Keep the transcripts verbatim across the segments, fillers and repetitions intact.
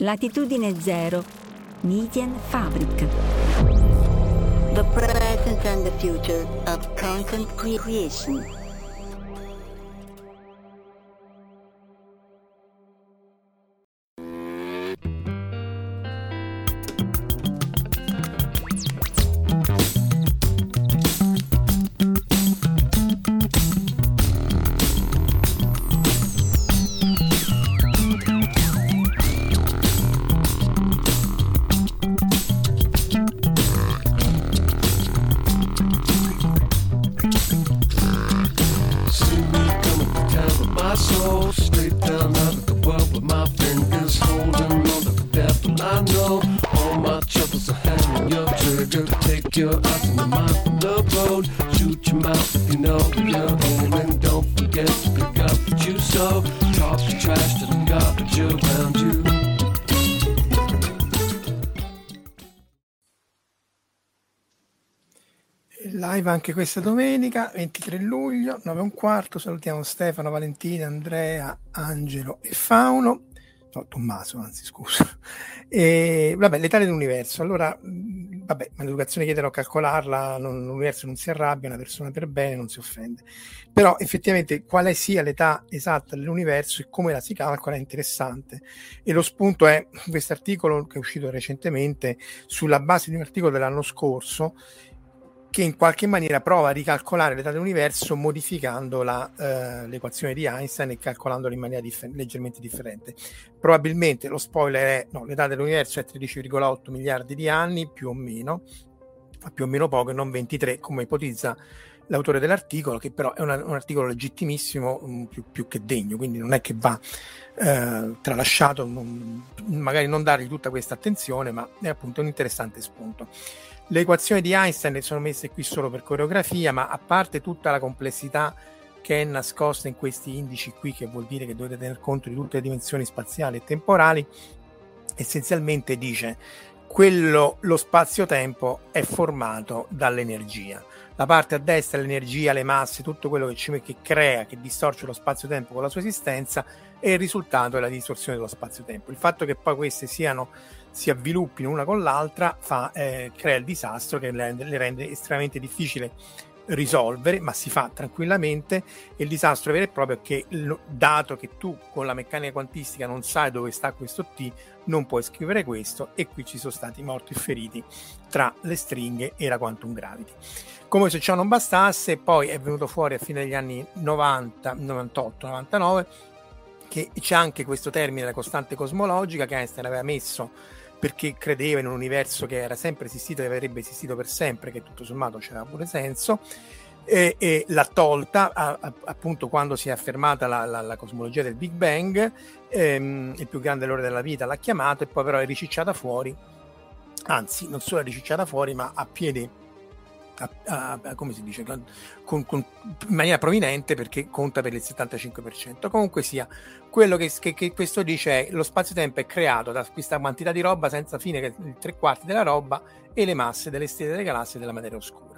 Latitudine zero, Medienfabrik. The present and the future of content creation. Live anche questa domenica, ventitré luglio, nove e un quarto. Salutiamo Stefano, Valentina, Andrea, Angelo e Fauno. No, Tommaso, anzi, scusa. E, vabbè, l'età dell'universo. Allora, vabbè, ma l'educazione chiederò a calcolarla, non, l'universo non si arrabbia, una persona per bene non si offende. Però, effettivamente, quale sia l'età esatta dell'universo e come la si calcola è interessante. E lo spunto è questo articolo che è uscito recentemente sulla base di un articolo dell'anno scorso, che in qualche maniera prova a ricalcolare l'età dell'universo modificando la, eh, l'equazione di Einstein e calcolandola in maniera differ- leggermente differente. Probabilmente lo spoiler è no, l'età dell'universo è tredici virgola otto miliardi di anni, più o meno, più o meno poco, e non ventitré, come ipotizza l'autore dell'articolo, che però è una, un articolo legittimissimo, um, più, più che degno, quindi non è che va eh, tralasciato, non, magari non dargli tutta questa attenzione, ma è appunto un interessante spunto. Le equazioni di Einstein sono messe qui solo per coreografia, ma a parte tutta la complessità che è nascosta in questi indici qui, che vuol dire che dovete tener conto di tutte le dimensioni spaziali e temporali, essenzialmente dice quello, lo spazio-tempo è formato dall'energia. La parte a destra è l'energia, le masse, tutto quello che, ci, che crea, che distorce lo spazio-tempo con la sua esistenza, e il risultato è la distorsione dello spazio-tempo. Il fatto che poi queste siano si avviluppino una con l'altra fa, eh, crea il disastro che le, le rende estremamente difficile risolvere, ma si fa tranquillamente. E il disastro vero e proprio è che, dato che tu con la meccanica quantistica non sai dove sta questo T, non puoi scrivere questo, e qui ci sono stati morti e feriti tra le stringhe e la quantum gravity. Come se ciò non bastasse, poi è venuto fuori a fine degli anni novanta, novantotto, novantanove che c'è anche questo termine, la costante cosmologica, che Einstein aveva messo perché credeva in un universo che era sempre esistito e avrebbe esistito per sempre, che tutto sommato c'era pure senso, e, e l'ha tolta a, a, appunto quando si è affermata la, la, la cosmologia del Big Bang, ehm, il più grande errore della vita l'ha chiamato, e poi però è ricicciata fuori, anzi non solo è ricicciata fuori, ma a piede A, a, a, come si dice, con, con, con, in maniera prominente, perché conta per il settantacinque per cento. Comunque sia, quello che, che, che questo dice è: lo spazio-tempo è creato da questa quantità di roba senza fine, che è tre quarti della roba, e le masse delle stelle, delle galassie e della materia oscura.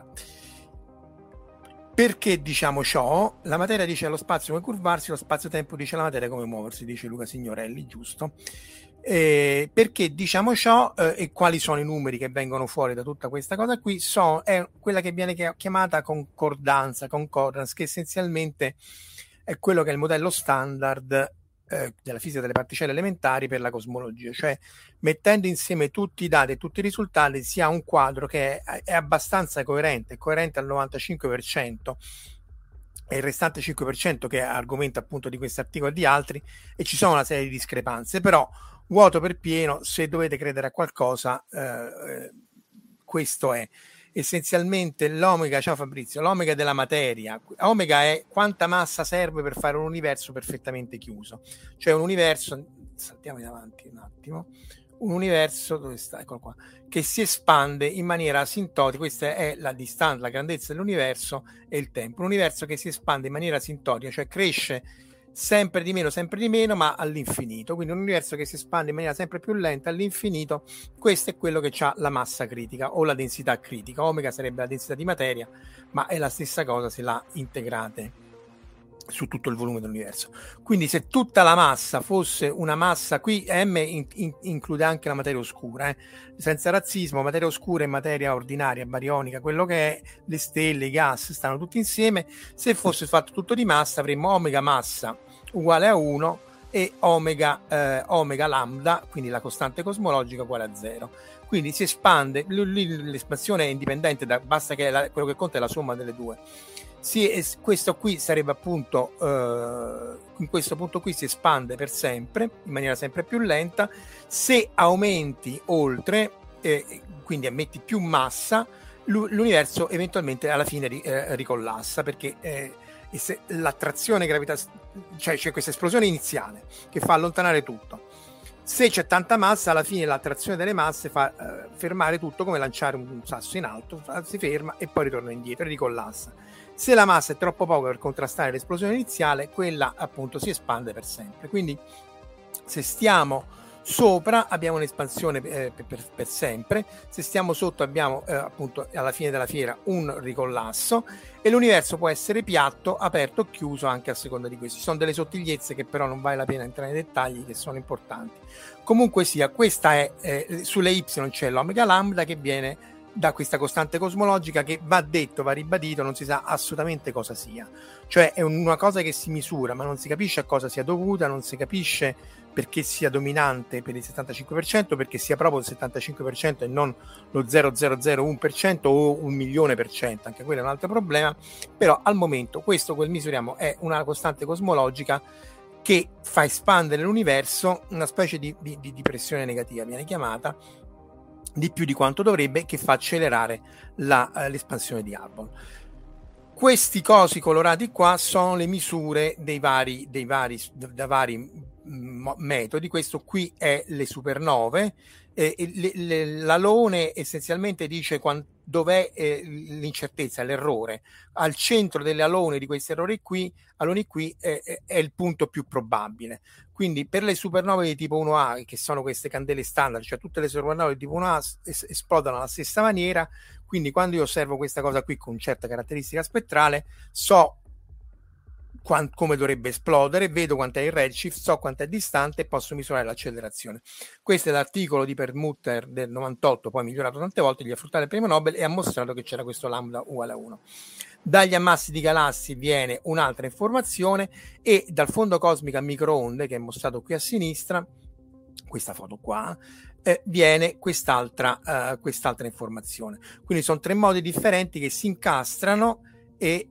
Perché diciamo ciò? La materia dice allo spazio come curvarsi, lo spazio-tempo dice alla materia come muoversi, dice Luca Signorelli, giusto? Eh, perché diciamo ciò, eh, e quali sono i numeri che vengono fuori da tutta questa cosa qui? So, è quella che viene chiamata concordanza, concordance, che essenzialmente è quello che è il modello standard eh, della fisica delle particelle elementari per la cosmologia, cioè mettendo insieme tutti i dati e tutti i risultati si ha un quadro che è, è abbastanza coerente, coerente al novantacinque per cento, e il restante cinque per cento che è argomento appunto di questo articolo e di altri, e ci sono una serie di discrepanze, però vuoto per pieno. Se dovete credere a qualcosa, eh, questo è essenzialmente l'omega. Ciao Fabrizio, l'omega della materia. Omega è quanta massa serve per fare un universo perfettamente chiuso, cioè un universo, saltiamo in avanti un attimo, un universo, dove sta? Eccolo qua, che si espande in maniera asintotica. Questa è la distanza, la grandezza dell'universo e il tempo. Un universo che si espande in maniera asintotica, cioè cresce sempre di meno, sempre di meno, ma all'infinito. Quindi un universo che si espande in maniera sempre più lenta all'infinito. Questo è quello che ha la massa critica o la densità critica. Omega sarebbe la densità di materia, ma è la stessa cosa se la integrate su tutto il volume dell'universo. Quindi se tutta la massa fosse una massa, qui M in, in, include anche la materia oscura, eh? Senza razzismo, materia oscura e materia ordinaria, barionica, quello che è, le stelle, i gas, stanno tutti insieme. Se fosse fatto tutto di massa avremmo omega massa uguale a uno e omega, eh, omega lambda, quindi la costante cosmologica, uguale a zero. Quindi si espande, l'espansione è indipendente, da, basta che la, quello che conta è la somma delle due. Sì, questo qui sarebbe appunto eh, in questo punto qui si espande per sempre in maniera sempre più lenta. Se aumenti oltre, eh, quindi ammetti più massa, l'universo eventualmente alla fine ri, eh, ricollassa, perché eh, se l'attrazione gravitazionale, cioè c'è questa esplosione iniziale che fa allontanare tutto. Se c'è tanta massa, alla fine l'attrazione delle masse fa eh, fermare tutto, come lanciare un sasso in alto, si ferma e poi ritorna indietro e ricollassa. Se la massa è troppo poca per contrastare l'esplosione iniziale, quella appunto si espande per sempre. Quindi se stiamo sopra abbiamo un'espansione eh, per, per sempre, se stiamo sotto abbiamo eh, appunto alla fine della fiera un ricollasso, e l'universo può essere piatto, aperto o chiuso anche a seconda di questo. Ci sono delle sottigliezze che però non vale la pena entrare nei dettagli, che sono importanti. Comunque sia, questa è eh, sulle Y c'è l'omega lambda che viene da questa costante cosmologica, che va detto, va ribadito, non si sa assolutamente cosa sia, cioè è una cosa che si misura ma non si capisce a cosa sia dovuta, non si capisce perché sia dominante per il settantacinque per cento, perché sia proprio il settantacinque per cento e non lo zero virgola zero zero uno per cento o un milione per cento, anche quello è un altro problema. Però al momento questo quel misuriamo è una costante cosmologica che fa espandere l'universo, una specie di, di, di pressione negativa viene chiamata, di più di quanto dovrebbe, che fa accelerare la, uh, l'espansione di Hubble. Questi cosi colorati qua sono le misure dei vari, dei vari, da vari m- metodi. Questo qui è le supernove. Eh, le, le, l'alone essenzialmente dice quant- dov'è eh, l'incertezza, l'errore. Al centro delle alone di questi errori qui, aloni qui eh, è il punto più probabile. Quindi per le supernove di tipo uno A, che sono queste candele standard, cioè tutte le supernove di tipo uno A es- esplodono alla stessa maniera, quindi quando io osservo questa cosa qui con certa caratteristica spettrale, so quant- come dovrebbe esplodere, vedo quant'è il redshift, so quanto è distante e posso misurare l'accelerazione. Questo è l'articolo di Perlmutter del novantotto, poi migliorato tante volte, gli ha fruttato il premio Nobel e ha mostrato che c'era questo lambda uguale a uno. Dagli ammassi di galassie viene un'altra informazione, e dal fondo cosmico a microonde, che è mostrato qui a sinistra, questa foto qua, eh, viene quest'altra, uh, quest'altra informazione. Quindi sono tre modi differenti che si incastrano e,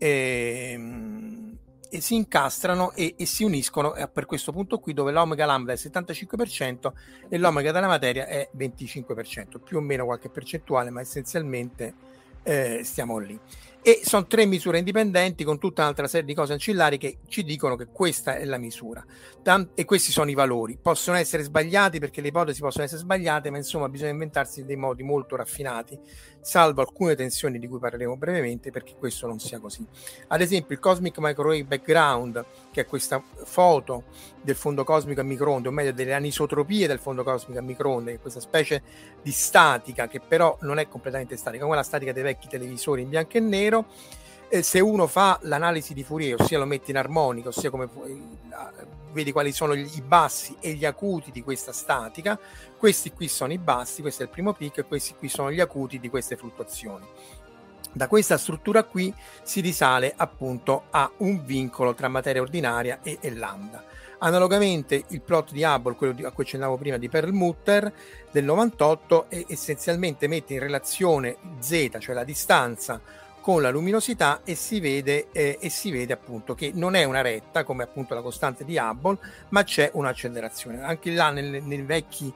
ehm, e si incastrano e, e si uniscono eh, per questo punto qui, dove l'omega lambda è settantacinque per cento e l'omega della materia è venticinque per cento, più o meno qualche percentuale, ma essenzialmente eh, stiamo lì. E sono tre misure indipendenti con tutta un'altra serie di cose ancillari che ci dicono che questa è la misura. Tant- e questi sono i valori. Possono essere sbagliati, perché le ipotesi possono essere sbagliate, ma insomma bisogna inventarsi dei modi molto raffinati, salvo alcune tensioni di cui parleremo brevemente, perché questo non sia così. Ad esempio il Cosmic Microwave Background, che è questa foto del fondo cosmico a microonde, o meglio delle anisotropie del fondo cosmico a microonde, che è questa specie di statica che però non è completamente statica, come la statica dei vecchi televisori in bianco e nero. Eh, se uno fa l'analisi di Fourier, ossia lo mette in armonica, ossia come eh, vedi quali sono gli, i bassi e gli acuti di questa statica, questi qui sono i bassi, questo è il primo picco, e questi qui sono gli acuti di queste fluttuazioni. Da questa struttura qui si risale appunto a un vincolo tra materia ordinaria e, e lambda. Analogamente il plot di Hubble, quello di, a cui accennavo prima, di Perlmutter del novantotto, è, essenzialmente mette in relazione z, cioè la distanza, con la luminosità, e si vede eh, e si vede appunto che non è una retta come appunto la costante di Hubble, ma c'è un'accelerazione. Anche là nel, nei vecchi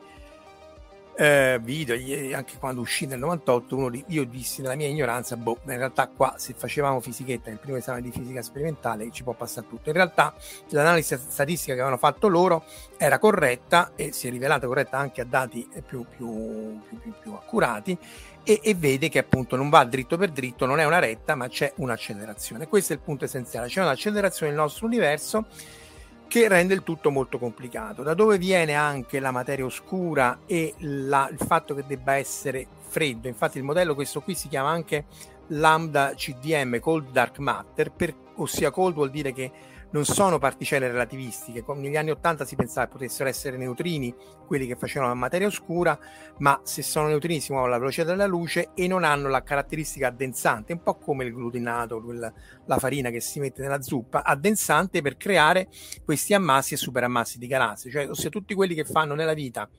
eh, video, anche quando uscì nel novantotto, uno di, io dissi nella mia ignoranza, boh, in realtà qua se facevamo fisichetta nel primo esame di fisica sperimentale ci può passare tutto. In realtà l'analisi statistica che avevano fatto loro era corretta, e si è rivelata corretta anche a dati più, più, più, più, più accurati, e, e vede che appunto non va dritto per dritto, non è una retta, ma c'è un'accelerazione. Questo è il punto essenziale, c'è un'accelerazione nel nostro universo che rende il tutto molto complicato. Da dove viene anche la materia oscura e la, il fatto che debba essere freddo? Infatti il modello, questo qui, si chiama anche lambda C D M, Cold Dark Matter, per, ossia cold vuol dire che non sono particelle relativistiche. Negli anni ottanta si pensava che potessero essere neutrini quelli che facevano la materia oscura, ma se sono neutrini si muovono alla velocità della luce e non hanno la caratteristica addensante, un po' come il glutinato, quella, la farina che si mette nella zuppa, addensante per creare questi ammassi e superammassi di galassie, cioè ossia tutti quelli che fanno nella vita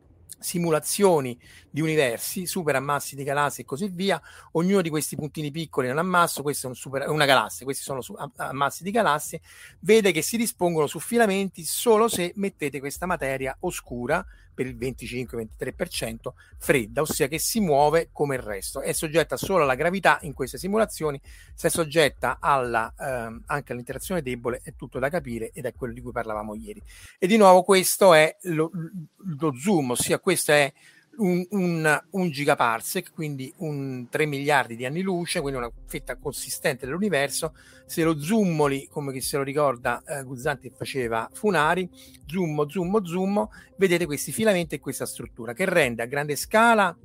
simulazioni di universi, super ammassi di galassie e così via. Ognuno di questi puntini piccoli è un ammasso, questo è un super, una galassia, questi sono su, ammassi di galassie, vede che si dispongono su filamenti solo se mettete questa materia oscura per il venticinque ventitré per cento fredda, ossia che si muove come il resto, è soggetta solo alla gravità in queste simulazioni, se è soggetta alla, eh, anche all'interazione debole è tutto da capire ed è quello di cui parlavamo ieri. E di nuovo questo è lo, lo zoom, ossia questo è un, un, un gigaparsec, quindi un tre miliardi di anni luce, quindi una fetta consistente dell'universo. Se lo zoomoli, come chi se lo ricorda, eh, Guzzanti faceva Funari, zoom, zoom, zoom, vedete questi filamenti e questa struttura che rende a grande scala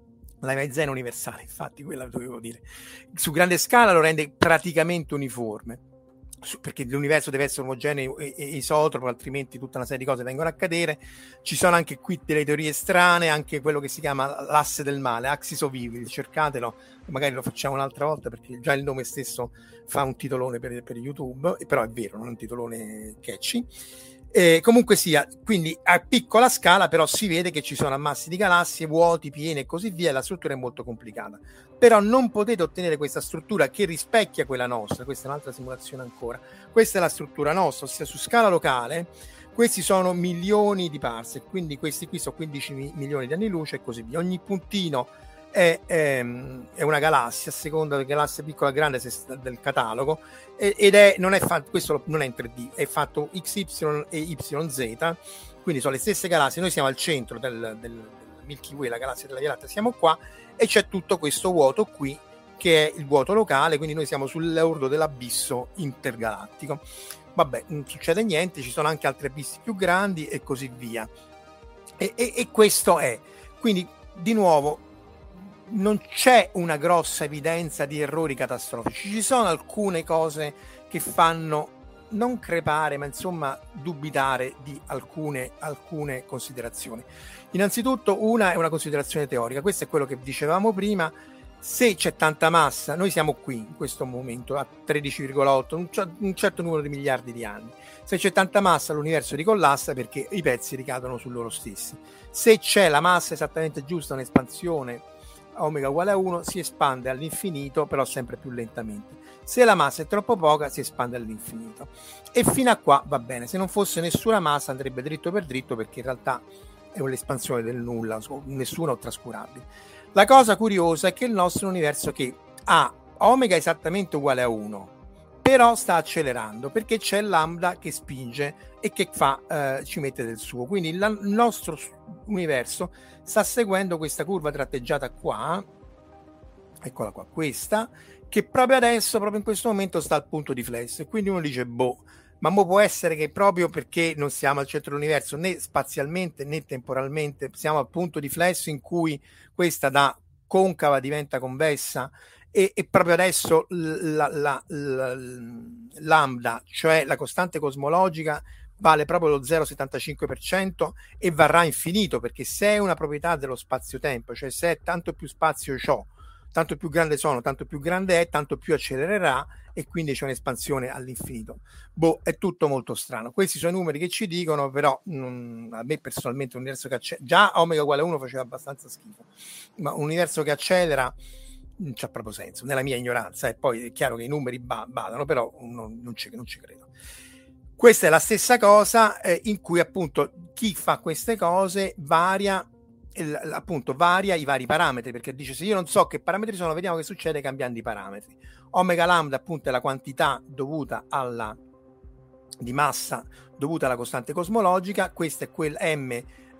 la maizena universale, infatti quella dovevo dire, su grande scala lo rende praticamente uniforme, perché l'universo deve essere omogeneo e, e isotropo, altrimenti tutta una serie di cose vengono a cadere. Ci sono anche qui delle teorie strane, anche quello che si chiama l'asse del male, Axis of Evil, cercatelo, magari lo facciamo un'altra volta perché già il nome stesso fa un titolone per, per YouTube, però è vero, non è un titolone catchy. Eh, comunque sia, quindi a piccola scala però si vede che ci sono ammassi di galassie, vuoti, piene e così via, la struttura è molto complicata, però non potete ottenere questa struttura che rispecchia quella nostra. Questa è un'altra simulazione ancora, questa è la struttura nostra, ossia su scala locale questi sono milioni di parsec, quindi questi qui sono quindici milioni di anni luce e così via. Ogni puntino è, è, è una galassia, a seconda della galassia piccola o grande del catalogo, ed è, non è fatto, questo non è in tre D, è fatto X Y e Y Z, quindi sono le stesse galassie. Noi siamo al centro del, del, del Milky Way, la galassia della Via Lattea, siamo qua e c'è tutto questo vuoto qui che è il vuoto locale, quindi noi siamo sull'orlo dell'abisso intergalattico. Vabbè, non succede niente, ci sono anche altri abissi più grandi e così via, e, e, e questo è, quindi di nuovo non c'è una grossa evidenza di errori catastrofici, ci sono alcune cose che fanno non crepare, ma insomma dubitare di alcune, alcune considerazioni. Innanzitutto una è una considerazione teorica, questo è quello che dicevamo prima. Se c'è tanta massa, noi siamo qui in questo momento a tredici virgola otto, un, c- un certo numero di miliardi di anni. Se c'è tanta massa, l'universo ricollassa perché i pezzi ricadono su loro stessi. Se c'è la massa esattamente giusta, un'espansione omega uguale a uno, si espande all'infinito, però sempre più lentamente. Se la massa è troppo poca, si espande all'infinito. E fino a qua va bene. Se non fosse nessuna massa andrebbe dritto per dritto, perché in realtà è un'espansione del nulla, nessuna o trascurabile. La cosa curiosa è che il nostro è un universo che ha omega esattamente uguale a uno, però sta accelerando perché c'è lambda che spinge e che fa, eh, ci mette del suo. Quindi la, il nostro universo sta seguendo questa curva tratteggiata qua, eccola qua, questa, che proprio adesso, proprio in questo momento sta al punto di flesso, e quindi uno dice boh, ma mo può essere che proprio perché non siamo al centro dell'universo né spazialmente né temporalmente, siamo al punto di flesso in cui questa da concava diventa convessa, e, e proprio adesso la, la, la, la lambda, cioè la costante cosmologica, vale proprio lo zero virgola settantacinque per cento e varrà infinito, perché se è una proprietà dello spazio-tempo, cioè se è tanto più spazio c'ho, tanto più grande sono, tanto più grande è, tanto più accelererà, e quindi c'è un'espansione all'infinito. Boh, è tutto molto strano. Questi sono i numeri che ci dicono, però mh, a me personalmente un universo che accelera, già omega uguale a uno faceva abbastanza schifo, ma un universo che accelera non c'ha proprio senso, nella mia ignoranza, e poi è chiaro che i numeri ba- badano, però non, non, ci, non ci credo. Questa è la stessa cosa eh, in cui appunto chi fa queste cose varia Il, appunto varia i vari parametri, perché dice se io non so che parametri sono, vediamo che succede cambiando i parametri. Omega lambda appunto è la quantità dovuta alla di massa dovuta alla costante cosmologica, questa è quel m, è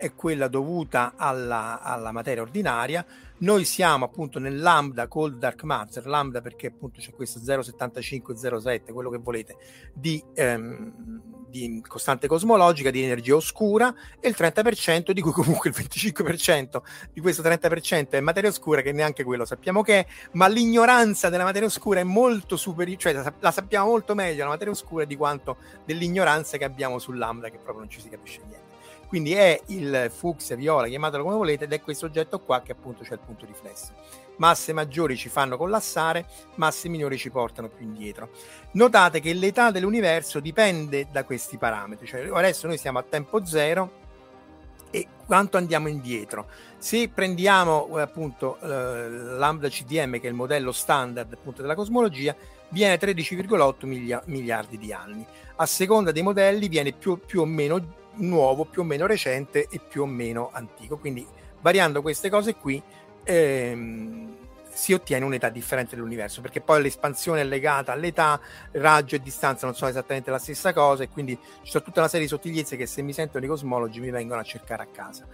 è quella dovuta alla, alla materia ordinaria. Noi siamo appunto nel lambda cold dark matter, lambda perché appunto c'è questo zero virgola settantacinque zero virgola sette, quello che volete, di, ehm, di costante cosmologica, di energia oscura, e il trenta per cento, di cui comunque il venticinque per cento di questo trenta per cento è materia oscura, che neanche quello sappiamo che è, ma l'ignoranza della materia oscura è molto superiore, cioè la sappiamo molto meglio la materia oscura di quanto dell'ignoranza che abbiamo sul lambda, che proprio non ci si capisce niente. Quindi è il fucsia, viola, chiamatelo come volete, ed è questo oggetto qua che appunto c'è il punto riflesso. Masse maggiori ci fanno collassare, masse minori ci portano più indietro. Notate che l'età dell'universo dipende da questi parametri, cioè adesso noi siamo a tempo zero e quanto andiamo indietro. Se prendiamo eh, appunto eh, lambda C D M, che è il modello standard appunto della cosmologia, viene tredici virgola otto milia- miliardi di anni. A seconda dei modelli viene più, più o meno nuovo, più o meno recente e più o meno antico. Quindi variando queste cose qui ehm, si ottiene un'età differente dell'universo, perché poi l'espansione è legata all'età, raggio e distanza non sono esattamente la stessa cosa, e quindi ci sono tutta una serie di sottigliezze che, se mi sentono i cosmologi, mi vengono a cercare a casa.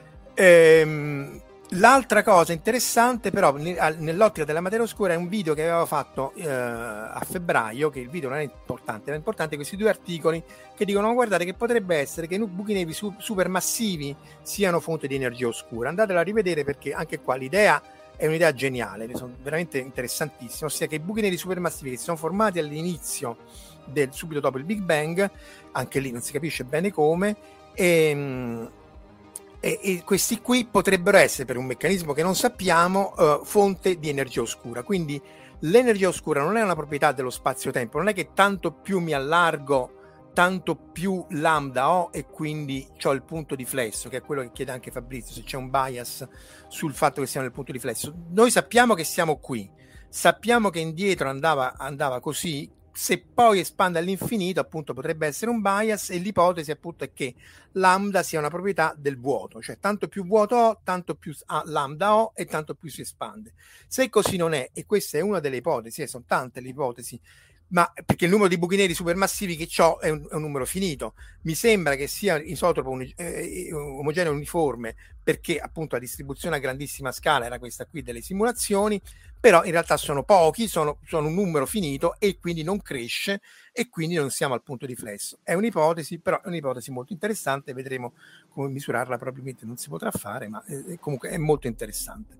Ehm, L'altra cosa interessante però nell'ottica della materia oscura è un video che avevo fatto eh, a febbraio, che il video non è importante, ma è importante questi due articoli che dicono: guardate che potrebbe essere che i buchi neri su- supermassivi siano fonte di energia oscura. Andatela a rivedere, perché anche qua l'idea è un'idea geniale, sono veramente interessantissime, ossia che i buchi neri supermassivi che si sono formati all'inizio del, subito dopo il Big Bang, anche lì non si capisce bene come, e E, e questi qui potrebbero essere, per un meccanismo che non sappiamo, uh, fonte di energia oscura. Quindi l'energia oscura non è una proprietà dello spazio-tempo, non è che tanto più mi allargo, tanto più lambda ho, e quindi ho il punto di flesso, che è quello che chiede anche Fabrizio, se c'è un bias sul fatto che siamo nel punto di flesso. Noi sappiamo che siamo qui, sappiamo che indietro andava, andava così. Se poi espande all'infinito, appunto, potrebbe essere un bias, e l'ipotesi appunto è che lambda sia una proprietà del vuoto, cioè tanto più vuoto ho, tanto più lambda ho e tanto più si espande. Se così non è, e questa è una delle ipotesi, eh, sono tante le ipotesi, ma perché il numero di buchi neri supermassivi che ho è un, è un numero finito, mi sembra che sia isotopo un, eh, omogeneo uniforme, perché appunto la distribuzione a grandissima scala era questa qui delle simulazioni, però in realtà sono pochi, sono, sono un numero finito, e quindi non cresce, e quindi non siamo al punto di flesso. È un'ipotesi, però è un'ipotesi molto interessante, vedremo come misurarla, probabilmente non si potrà fare, ma eh, comunque è molto interessante.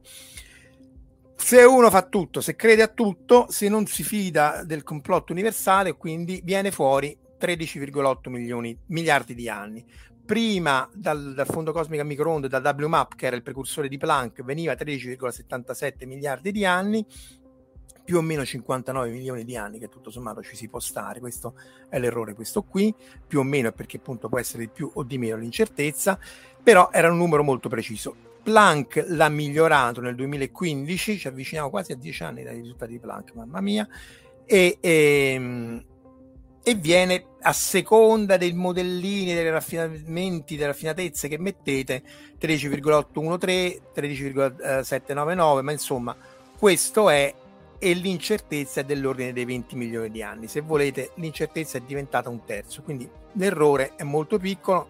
Se uno fa tutto, se crede a tutto, se non si fida del complotto universale, quindi viene fuori tredici virgola otto milioni, miliardi di anni. Prima dal, dal fondo cosmico a microonde, da W MAP, che era il precursore di Planck, veniva tredici virgola settantasette miliardi di anni, più o meno cinquantanove milioni di anni, che tutto sommato ci si può stare. Questo è l'errore, questo qui, più o meno, è perché appunto può essere di più o di meno l'incertezza, però era un numero molto preciso. Planck l'ha migliorato nel duemilaquindici, ci avviciniamo quasi a dieci anni dai risultati di Planck, mamma mia, e, e, e viene, a seconda dei modellini, dei raffinamenti, delle raffinatezze che mettete, tredici virgola ottocentotredici, tredici virgola settecentonovantanove, ma insomma questo è, e l'incertezza è dell'ordine dei venti milioni di anni. Se volete, l'incertezza è diventata un terzo, quindi l'errore è molto piccolo,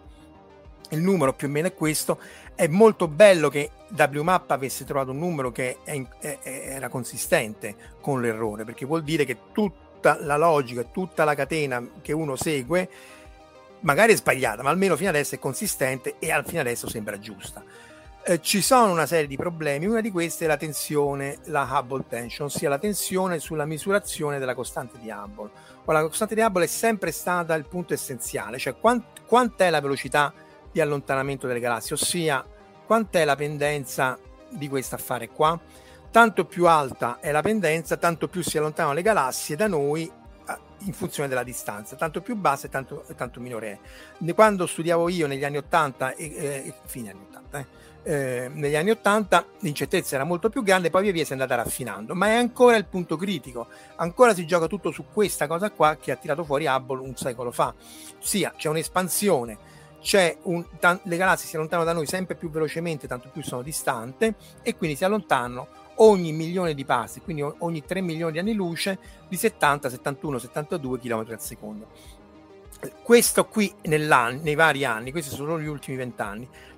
il numero più o meno è questo. È molto bello che W MAP avesse trovato un numero che è, è, era consistente con l'errore, perché vuol dire che tutta la logica, tutta la catena che uno segue magari è sbagliata, ma almeno fino adesso è consistente, e al fine adesso sembra giusta. Eh, ci sono una serie di problemi, una di queste è la tensione, la Hubble tension, ossia la tensione sulla misurazione della costante di Hubble. Ora, la costante di Hubble è sempre stata il punto essenziale, cioè quant, quant'è la velocità di allontanamento delle galassie, ossia quant'è la pendenza di questo affare qua. Tanto più alta è la pendenza, tanto più si allontanano le galassie da noi in funzione della distanza, tanto più bassa e tanto, tanto minore è. Quando studiavo io negli anni ottanta, e eh, fine anni ottanta, eh, eh, negli anni ottanta l'incertezza era molto più grande, poi via via si è andata raffinando, ma è ancora il punto critico, ancora si gioca tutto su questa cosa qua che ha tirato fuori Hubble un secolo fa, ossia c'è un'espansione, c'è un, t- le galassie si allontanano da noi sempre più velocemente, tanto più sono distante, e quindi si allontanano ogni milione di passi, quindi ogni tre milioni di anni luce, di settanta, settantuno, settantadue chilometri al secondo. Questo qui nei vari anni, questi sono gli ultimi vent'anni,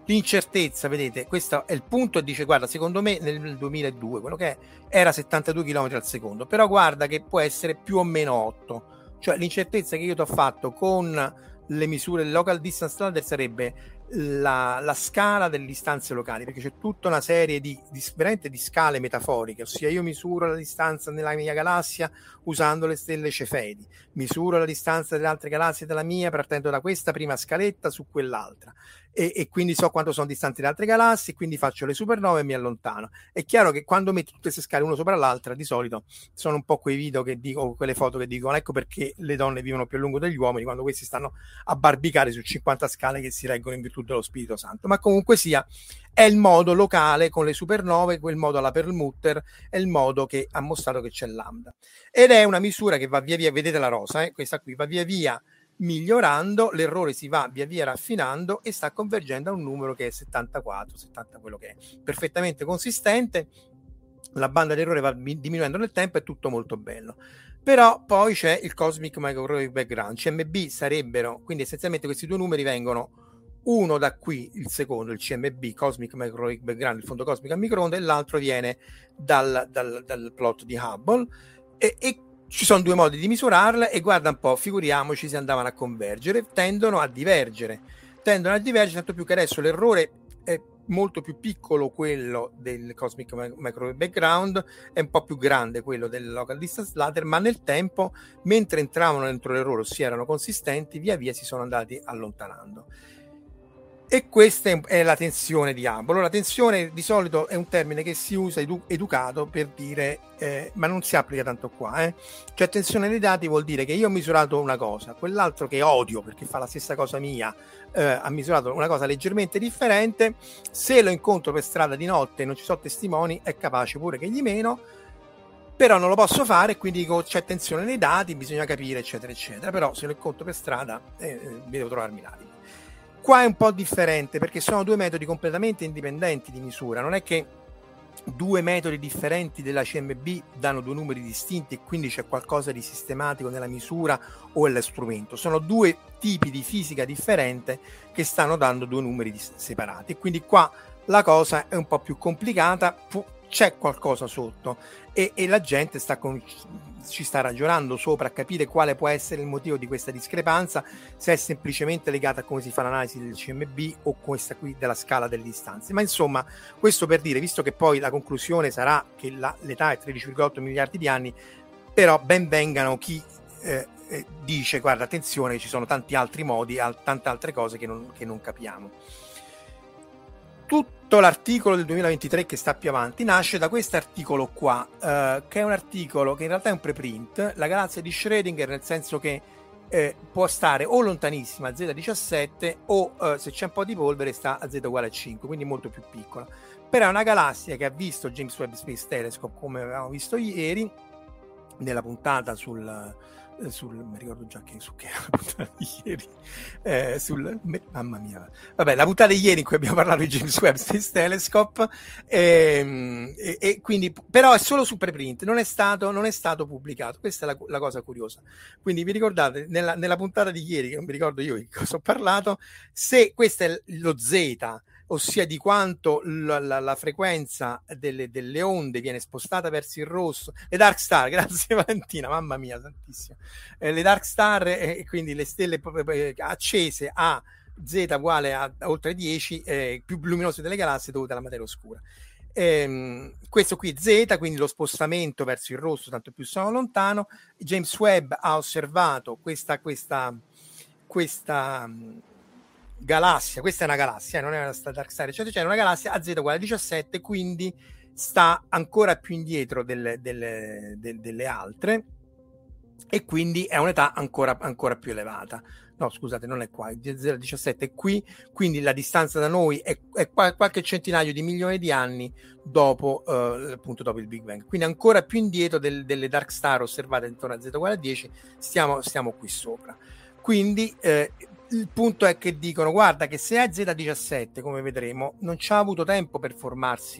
l'incertezza, vedete, questo è il punto, e dice guarda, secondo me nel duemiladue quello che è, era settantadue chilometri al secondo, però guarda che può essere più o meno otto, cioè l'incertezza che io ti ho fatto con le misure del local distance standard sarebbe la, la scala delle distanze locali, perché c'è tutta una serie di, di veramente di scale metaforiche, ossia io misuro la distanza nella mia galassia usando le stelle Cefedi, misuro la distanza delle altre galassie della mia partendo da questa prima scaletta su quell'altra, e, e quindi so quanto sono distanti le altre galassie, quindi faccio le supernove e mi allontano. È chiaro che quando metti tutte queste scale uno sopra l'altra, di solito sono un po' quei video che dico, o quelle foto che dicono ecco perché le donne vivono più a lungo degli uomini, quando questi stanno a barbicare su cinquanta scale che si reggono in virtù dello Spirito Santo. Ma comunque sia, è il modo locale con le supernove, quel modo alla Perlmutter, è il modo che ha mostrato che c'è lambda, ed è una misura che va via via, vedete la rosa, eh? Questa qui va via via migliorando, l'errore si va via via raffinando e sta convergendo a un numero che è settantaquattro, settanta, quello che è perfettamente consistente, la banda d'errore va diminuendo nel tempo, è tutto molto bello. Però poi c'è il Cosmic Microwave Background, C M B sarebbero, quindi essenzialmente questi due numeri vengono uno da qui, il secondo, il C M B, Cosmic Microwave Background, il fondo cosmico a microonde, e l'altro viene dal, dal, dal plot di Hubble, e, e ci sono due modi di misurarla, e guarda un po', figuriamoci se andavano a convergere, tendono a divergere, tendono a divergere, tanto più che adesso l'errore è molto più piccolo quello del Cosmic Microwave Background, è un po' più grande quello del Local Distance Ladder, ma nel tempo, mentre entravano dentro l'errore, ossia erano consistenti, via via si sono andati allontanando. E questa è la tensione di Hubble. La tensione di solito è un termine che si usa edu- educato per dire, eh, ma non si applica tanto qua, eh. Cioè tensione dei dati vuol dire che io ho misurato una cosa, quell'altro che odio perché fa la stessa cosa mia, eh, ha misurato una cosa leggermente differente, se lo incontro per strada di notte e non ci sono testimoni è capace pure che gli meno, però non lo posso fare, quindi dico c'è tensione nei dati, bisogna capire eccetera eccetera, però se lo incontro per strada eh, devo trovarmi un attimo. Qua è un po' differente perché sono due metodi completamente indipendenti di misura, non è che due metodi differenti della C M B danno due numeri distinti e quindi c'è qualcosa di sistematico nella misura o nello strumento, sono due tipi di fisica differente che stanno dando due numeri dis- separati, e quindi qua la cosa è un po' più complicata, c'è qualcosa sotto e, e la gente sta con, ci sta ragionando sopra a capire quale può essere il motivo di questa discrepanza, se è semplicemente legata a come si fa l'analisi del C M B o questa qui della scala delle distanze. Ma insomma, questo per dire, visto che poi la conclusione sarà che la, l'età è tredici virgola otto miliardi di anni, però ben vengano chi eh, eh, dice guarda attenzione, ci sono tanti altri modi, al, tante altre cose che non, che non capiamo. Tutto l'articolo del duemilaventitré che sta più avanti nasce da questo articolo qua, eh, che è un articolo che in realtà è un preprint, la galassia di Schrödinger, nel senso che eh, può stare o lontanissima a Z diciassette o eh, se c'è un po' di polvere sta a Z uguale a cinque, quindi molto più piccola. Però è una galassia che ha visto James Webb Space Telescope, come avevamo visto ieri nella puntata sul... sul mi ricordo già che su che era la puntata di ieri eh, sul mamma mia vabbè la puntata di ieri in cui abbiamo parlato di James Webb Space Telescope e, e, e quindi però è solo su preprint, non è stato non è stato pubblicato, questa è la, la cosa curiosa. Quindi vi ricordate nella, nella puntata di ieri, che non mi ricordo io di cosa ho parlato, se questo è lo Z, ossia di quanto la, la, la frequenza delle, delle onde viene spostata verso il rosso, le dark star, grazie Valentina, mamma mia santissima, eh, le dark star e eh, quindi le stelle eh, accese a Z uguale a, a oltre dieci, eh, più luminose delle galassie dovute alla materia oscura. Ehm, questo qui Z, quindi lo spostamento verso il rosso, tanto più sono lontano. James Webb ha osservato questa questa questa galassia, questa è una galassia, non è una dark star, eccetera, c'è una galassia a Z uguale a diciassette, quindi sta ancora più indietro delle, delle, delle, delle altre, e quindi è un'età ancora, ancora più elevata. No, scusate, non è qua, il Z diciassette è qui, quindi la distanza da noi è, è qualche centinaio di milioni di anni dopo, eh, appunto dopo il Big Bang, quindi ancora più indietro del, delle dark star osservate intorno a Z uguale a dieci, stiamo, stiamo qui sopra. Quindi eh, il punto è che dicono guarda che se è Z diciassette, come vedremo, non c'ha avuto tempo per formarsi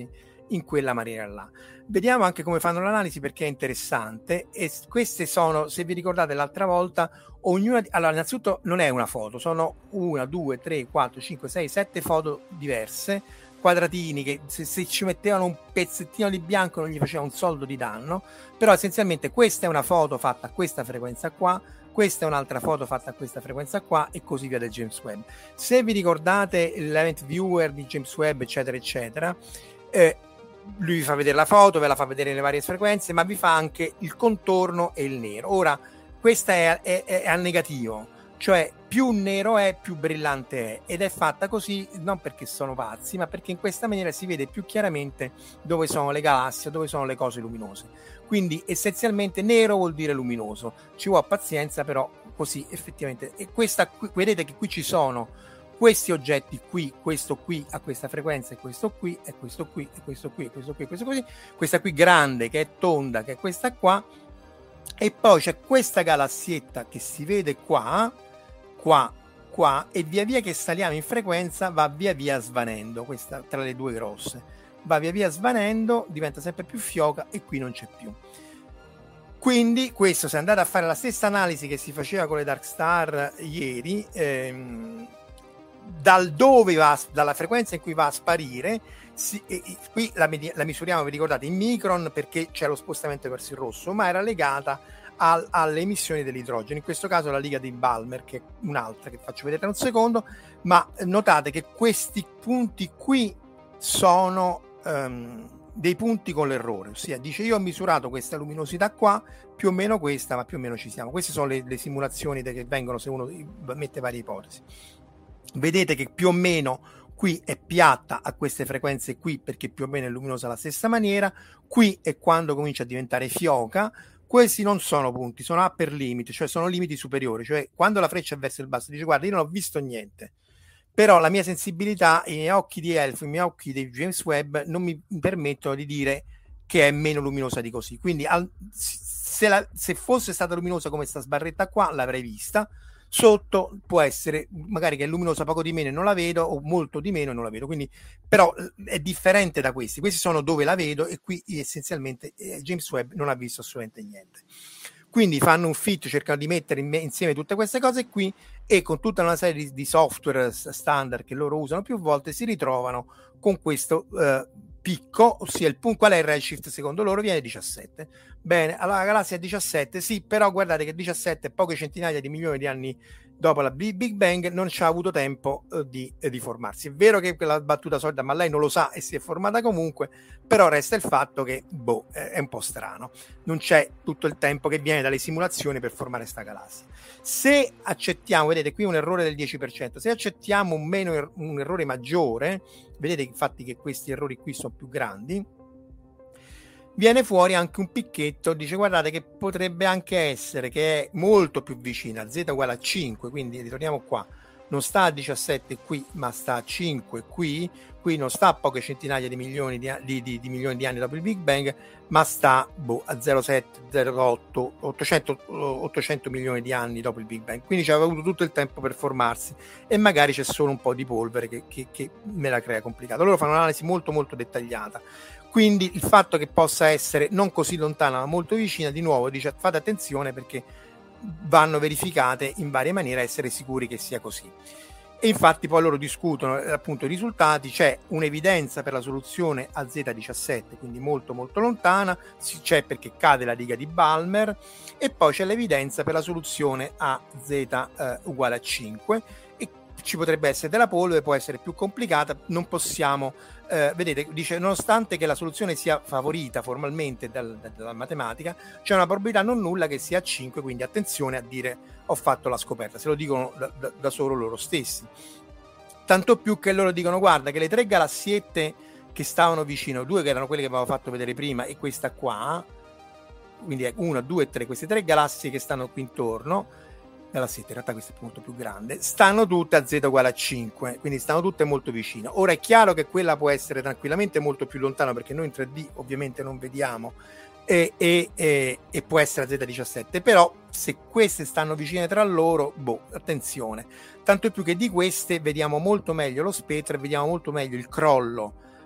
in quella maniera là. Vediamo anche come fanno l'analisi, perché è interessante. E queste sono, se vi ricordate l'altra volta, ognuna di... allora innanzitutto non è una foto, sono una, due, tre, quattro, cinque, sei, sette foto diverse, quadratini che se, se ci mettevano un pezzettino di bianco non gli faceva un soldo di danno, però essenzialmente questa è una foto fatta a questa frequenza qua, questa è un'altra foto fatta a questa frequenza qua, e così via del James Webb. Se vi ricordate l'event viewer di James Webb eccetera eccetera, eh, lui vi fa vedere la foto, ve la fa vedere le varie frequenze, ma vi fa anche il contorno e il nero. Ora questa è, è, è a negativo, cioè più nero è più brillante è, ed è fatta così non perché sono pazzi, ma perché in questa maniera si vede più chiaramente dove sono le galassie, dove sono le cose luminose. Quindi essenzialmente nero vuol dire luminoso, ci vuole pazienza, però così effettivamente. E questa qui, vedete che qui ci sono questi oggetti qui, questo qui a questa frequenza, e questo qui, e questo qui, e questo qui, e questo qui, e questo qui, questa qui grande che è tonda, che è questa qua, e poi c'è questa galassietta che si vede qua, qua, qua, e via via che saliamo in frequenza va via via svanendo, questa tra le due grosse, va via via svanendo, diventa sempre più fioca e qui non c'è più. Quindi questo, se andate a fare la stessa analisi che si faceva con le Dark Star ieri, ehm, dal dove va, dalla frequenza in cui va a sparire, si, e, e, qui la, la misuriamo, vi ricordate, in micron, perché c'è lo spostamento verso il rosso, ma era legata al, alle emissioni dell'idrogeno, in questo caso la riga di Balmer, che è un'altra che faccio vedere tra un secondo, ma notate che questi punti qui sono um, dei punti con l'errore, ossia dice io ho misurato questa luminosità qua, più o meno questa, ma più o meno ci siamo. Queste sono le, le simulazioni che vengono se uno mette varie ipotesi. Vedete che più o meno qui è piatta a queste frequenze qui, perché più o meno è luminosa alla stessa maniera. Qui è quando comincia a diventare fioca. Questi non sono punti, sono upper limit, cioè sono limiti superiori, cioè quando la freccia è verso il basso dice guarda io non ho visto niente, però la mia sensibilità, i miei occhi di elfo, i miei occhi di James Webb non mi permettono di dire che è meno luminosa di così. Quindi al, se, la, se fosse stata luminosa come sta sbarretta qua l'avrei vista, sotto può essere magari che è luminosa poco di meno e non la vedo, o molto di meno e non la vedo, quindi però è differente da questi. Questi sono dove la vedo, e qui essenzialmente eh, James Webb non ha visto assolutamente niente. Quindi fanno un fit, cercano di mettere in, insieme tutte queste cose qui, e con tutta una serie di, di software standard che loro usano più volte si ritrovano con questo eh, picco, ossia il punto. Qual è il redshift secondo loro? Viene diciassette. Bene, allora la galassia è diciassette, sì, però guardate che diciassette, poche centinaia di milioni di anni dopo la Big Bang, non ci ha avuto tempo eh, di, eh, di formarsi. È vero che quella battuta solita, ma lei non lo sa e si è formata comunque, però resta il fatto che, boh, è un po' strano. Non c'è tutto il tempo che viene dalle simulazioni per formare sta galassia. Se accettiamo, vedete qui un errore del dieci per cento, se accettiamo un, meno er- un errore maggiore, vedete infatti che questi errori qui sono più grandi, viene fuori anche un picchetto, dice guardate che potrebbe anche essere che è molto più vicina, z uguale a cinque, quindi ritorniamo qua, non sta a diciassette qui ma sta a cinque qui, qui non sta a poche centinaia di milioni di, di, di, di milioni di anni dopo il Big Bang, ma sta boh, a zero virgola sette, zero virgola otto, ottocento, ottocento milioni di anni dopo il Big Bang, quindi ci aveva avuto tutto il tempo per formarsi, e magari c'è solo un po' di polvere che, che, che me la crea complicata. Loro fanno un'analisi molto molto dettagliata, quindi il fatto che possa essere non così lontana ma molto vicina, di nuovo dice fate attenzione perché vanno verificate in varie maniere a essere sicuri che sia così. E infatti poi loro discutono appunto i risultati, c'è un'evidenza per la soluzione a z diciassette, quindi molto molto lontana, c'è perché cade la riga di Balmer, e poi c'è l'evidenza per la soluzione a z eh, uguale a cinque, e ci potrebbe essere della polvere, può essere più complicata, non possiamo eh, vedete, dice nonostante che la soluzione sia favorita formalmente dal, da, dalla matematica, c'è una probabilità non nulla che sia a cinque, quindi attenzione a dire ho fatto la scoperta, se lo dicono da, da, da solo loro stessi, tanto più che loro dicono guarda che le tre galassiette che stavano vicino, due che erano quelle che avevo fatto vedere prima e questa qua, quindi è una, due, tre, queste tre galassie che stanno qui intorno, galassiette, in realtà questa è molto più grande, stanno tutte a z uguale a cinque, quindi stanno tutte molto vicine. Ora è chiaro che quella può essere tranquillamente molto più lontana, perché noi in tre D ovviamente non vediamo, e, e, e, e può essere a z diciassette, però se queste stanno vicine tra loro, boh, attenzione, tanto più che di queste vediamo molto meglio lo spettro e vediamo molto meglio il crollo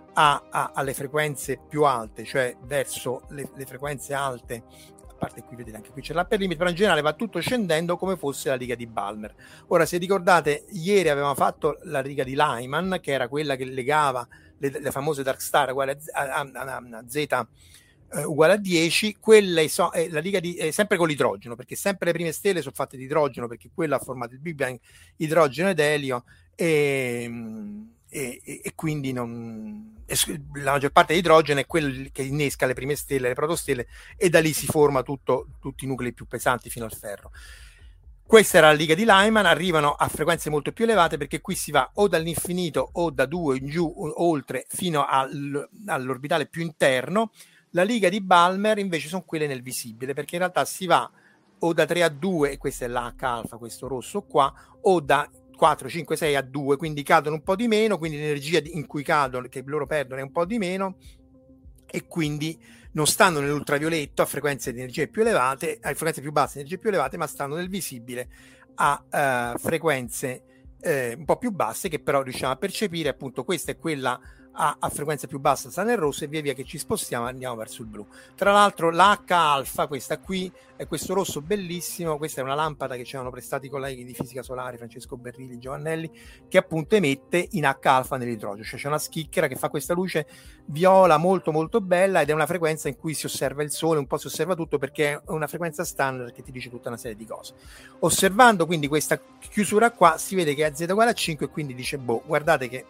a, a, alle frequenze più alte, cioè verso le, le frequenze alte, a parte qui vedete anche qui c'è l'upper limit, però in generale va tutto scendendo come fosse la riga di Balmer. Ora, se ricordate, ieri avevamo fatto la riga di Lyman, che era quella che legava le, le famose dark star uguali a, a, a, a Z Uh, uguale a dieci, quella so, è la riga di è sempre con l'idrogeno, perché sempre le prime stelle sono fatte di idrogeno, perché quella ha formato il Big Bang, idrogeno ed elio, e, e, e quindi non, e la maggior parte di idrogeno è quello che innesca le prime stelle, le protostelle, e da lì si forma tutto, tutti i nuclei più pesanti fino al ferro. Questa era la riga di Lyman, arrivano a frequenze molto più elevate, perché qui si va o dall'infinito o da due in giù, oltre, fino al, all'orbitale più interno. La riga di Balmer invece sono quelle nel visibile, perché in realtà si va o da tre a due, e questo è l'H alfa, questo rosso qua, o da quattro, cinque, sei a due, quindi cadono un po' di meno, quindi l'energia in cui cadono, che loro perdono, è un po' di meno, e quindi non stanno nell'ultravioletto a frequenze di energie più elevate, a frequenze più basse, energie più elevate, ma stanno nel visibile a uh, frequenze eh, un po' più basse, che però riusciamo a percepire. Appunto, questa è quella A, a frequenza più bassa sta nel rosso, e via via che ci spostiamo andiamo verso il blu. Tra l'altro l'H alfa, questa qui, è questo rosso bellissimo, questa è una lampada che ci hanno prestato i colleghi di fisica solare Francesco Berrilli, Giovannelli, che appunto emette in H alfa nell'idrogeno, cioè c'è una schicchera che fa questa luce viola molto molto bella, ed è una frequenza in cui si osserva il sole, un po' si osserva tutto, perché è una frequenza standard che ti dice tutta una serie di cose. Osservando quindi questa chiusura qua, si vede che è a z uguale a cinque, e quindi dice boh, guardate che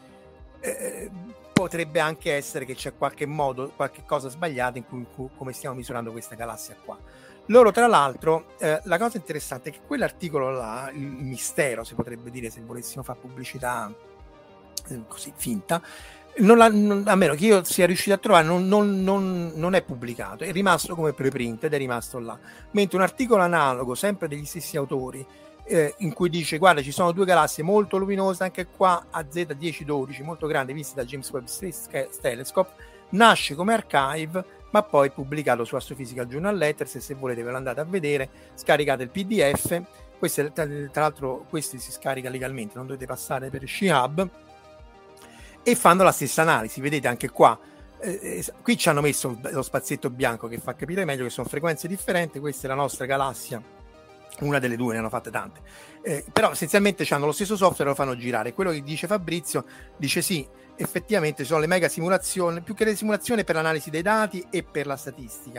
Eh, potrebbe anche essere che c'è qualche modo, qualche cosa sbagliata in cui, in cui come stiamo misurando questa galassia qua. Loro, tra l'altro, eh, la cosa interessante è che quell'articolo là, il mistero, si potrebbe dire, se volessimo fare pubblicità eh, così finta, non la, non, a meno che io sia riuscito a trovare, non, non, non, non è pubblicato, è rimasto come preprint ed è rimasto là, mentre un articolo analogo, sempre degli stessi autori, Eh, in cui dice guarda, ci sono due galassie molto luminose anche qua a Z dieci dodici, molto grandi, viste da James Webb Space Telescope, nasce come archive, ma poi pubblicato su Astrophysical Journal Letters, e se volete ve lo andate a vedere, scaricate il P D F. Questo, tra, tra l'altro, questo si scarica legalmente, non dovete passare per Shihab, e fanno la stessa analisi. Vedete anche qua, eh, qui ci hanno messo lo spazietto bianco che fa capire meglio che sono frequenze differenti. Questa è la nostra galassia, una delle due, ne hanno fatte tante, eh, però essenzialmente hanno lo stesso software e lo fanno girare. Quello che dice Fabrizio, dice sì, effettivamente sono le mega simulazioni, più che le simulazioni, per l'analisi dei dati e per la statistica,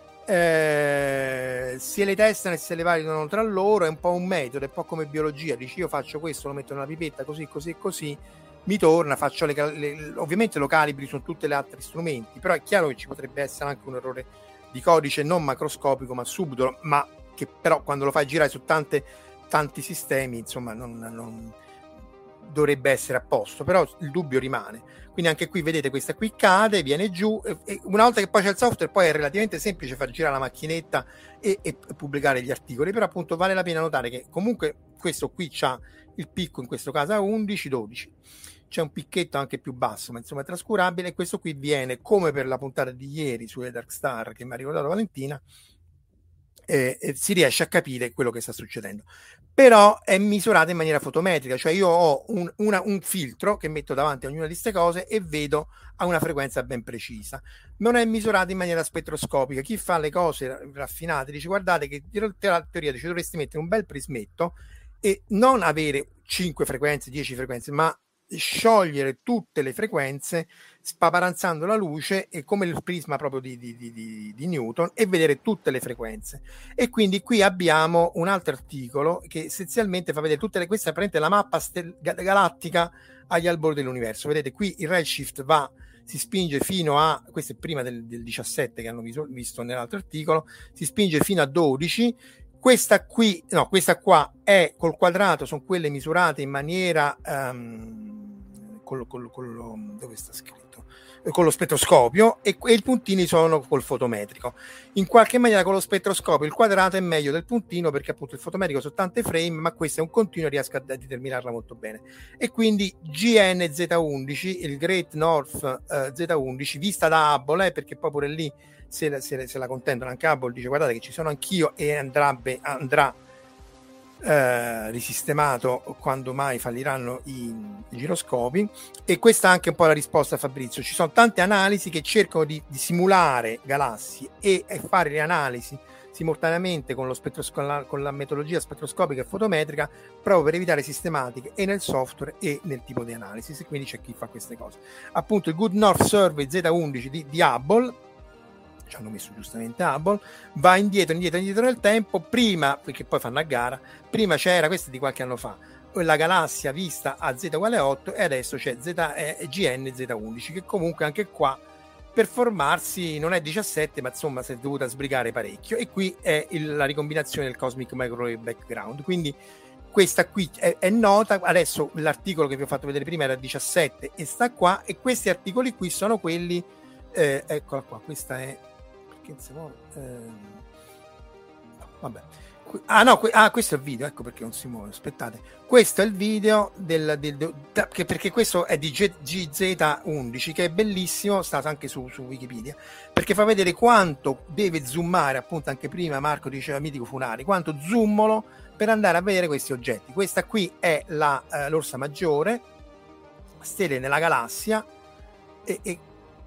eh, se le testano e se le validano tra loro, è un po' un metodo, è un po' come biologia, dici io faccio questo, lo metto nella pipetta così così e così, mi torna, faccio le, le, ovviamente lo calibri su tutti gli altri strumenti, però è chiaro che ci potrebbe essere anche un errore di codice non macroscopico ma subdolo, ma che però quando lo fai girare su tante, tanti sistemi, insomma, non, non dovrebbe essere a posto, però il dubbio rimane. Quindi anche qui vedete, questa qui cade, viene giù, e, e una volta che poi c'è il software, poi è relativamente semplice far girare la macchinetta e, e pubblicare gli articoli, però appunto vale la pena notare che comunque questo qui c'ha il picco, in questo caso a undici dodici, c'è un picchetto anche più basso, ma insomma è trascurabile, e questo qui viene, come per la puntata di ieri sulle Dark Star che mi ha ricordato Valentina, Eh, eh, si riesce a capire quello che sta succedendo, però è misurata in maniera fotometrica, cioè io ho un, una, un filtro che metto davanti a ognuna di queste cose e vedo a una frequenza ben precisa. Non è misurata in maniera spettroscopica. Chi fa le cose raffinate dice guardate che la teoria dice dovresti mettere un bel prismetto e non avere cinque frequenze, dieci frequenze, ma sciogliere tutte le frequenze spaparanzando la luce, e come il prisma proprio di, di, di, di Newton, e vedere tutte le frequenze. E quindi qui abbiamo un altro articolo che essenzialmente fa vedere tutte le, questa è praticamente la mappa stel- galattica agli albori dell'universo. Vedete qui il redshift va, si spinge fino a, questo è prima del, del diciassette che hanno viso, visto nell'altro articolo, si spinge fino a dodici. Questa qui, no, questa qua è col quadrato, sono quelle misurate in maniera um, col, col, col, dove sta scritto? Con lo spettroscopio, e, e i puntini sono col fotometrico. In qualche maniera con lo spettroscopio il quadrato è meglio del puntino, perché appunto il fotometrico sono tante frame, ma questo è un continuo e riesco a determinarla molto bene. E quindi G N Z undici, il Great North uh, Z undici, vista da Hubble, eh, perché poi pure lì se la, se, se la contendono anche Hubble, dice guardate che ci sono anch'io, e andrà, andrà eh, risistemato quando mai falliranno i, i giroscopi. E questa è anche un po' la risposta a Fabrizio. Ci sono tante analisi che cercano di, di simulare galassie e, e fare le analisi simultaneamente con, lo spettrosc- con, la, con la metodologia spettroscopica e fotometrica, proprio per evitare sistematiche e nel software e nel tipo di analisi. E quindi c'è chi fa queste cose. Appunto il Good North Survey Z undici di, di Hubble, ci hanno messo giustamente Hubble, va indietro, indietro, indietro nel tempo. Prima, perché poi fanno a gara, prima c'era, questa è di qualche anno fa, la galassia vista a z uguale otto, e adesso c'è Z, eh, G N Z undici, che comunque anche qua per formarsi non è diciassette, ma insomma si è dovuta sbrigare parecchio. E qui è il, la ricombinazione del Cosmic Microwave Background, quindi questa qui è, è nota. Adesso l'articolo che vi ho fatto vedere prima era diciassette e sta qua, e questi articoli qui sono quelli, eh, eccola qua, questa è perché si muove, eh, vabbè. Ah no, que- ah, questo è il video, ecco perché non si muove, aspettate, questo è il video del, del, del, del che, perché questo è di G Z undici, che è bellissimo, sta anche su, su Wikipedia, perché fa vedere quanto deve zoomare, appunto anche prima Marco diceva mitico Funari, quanto zoomolo per andare a vedere questi oggetti. Questa qui è la, eh, l'Orsa Maggiore, stelle nella galassia, e, e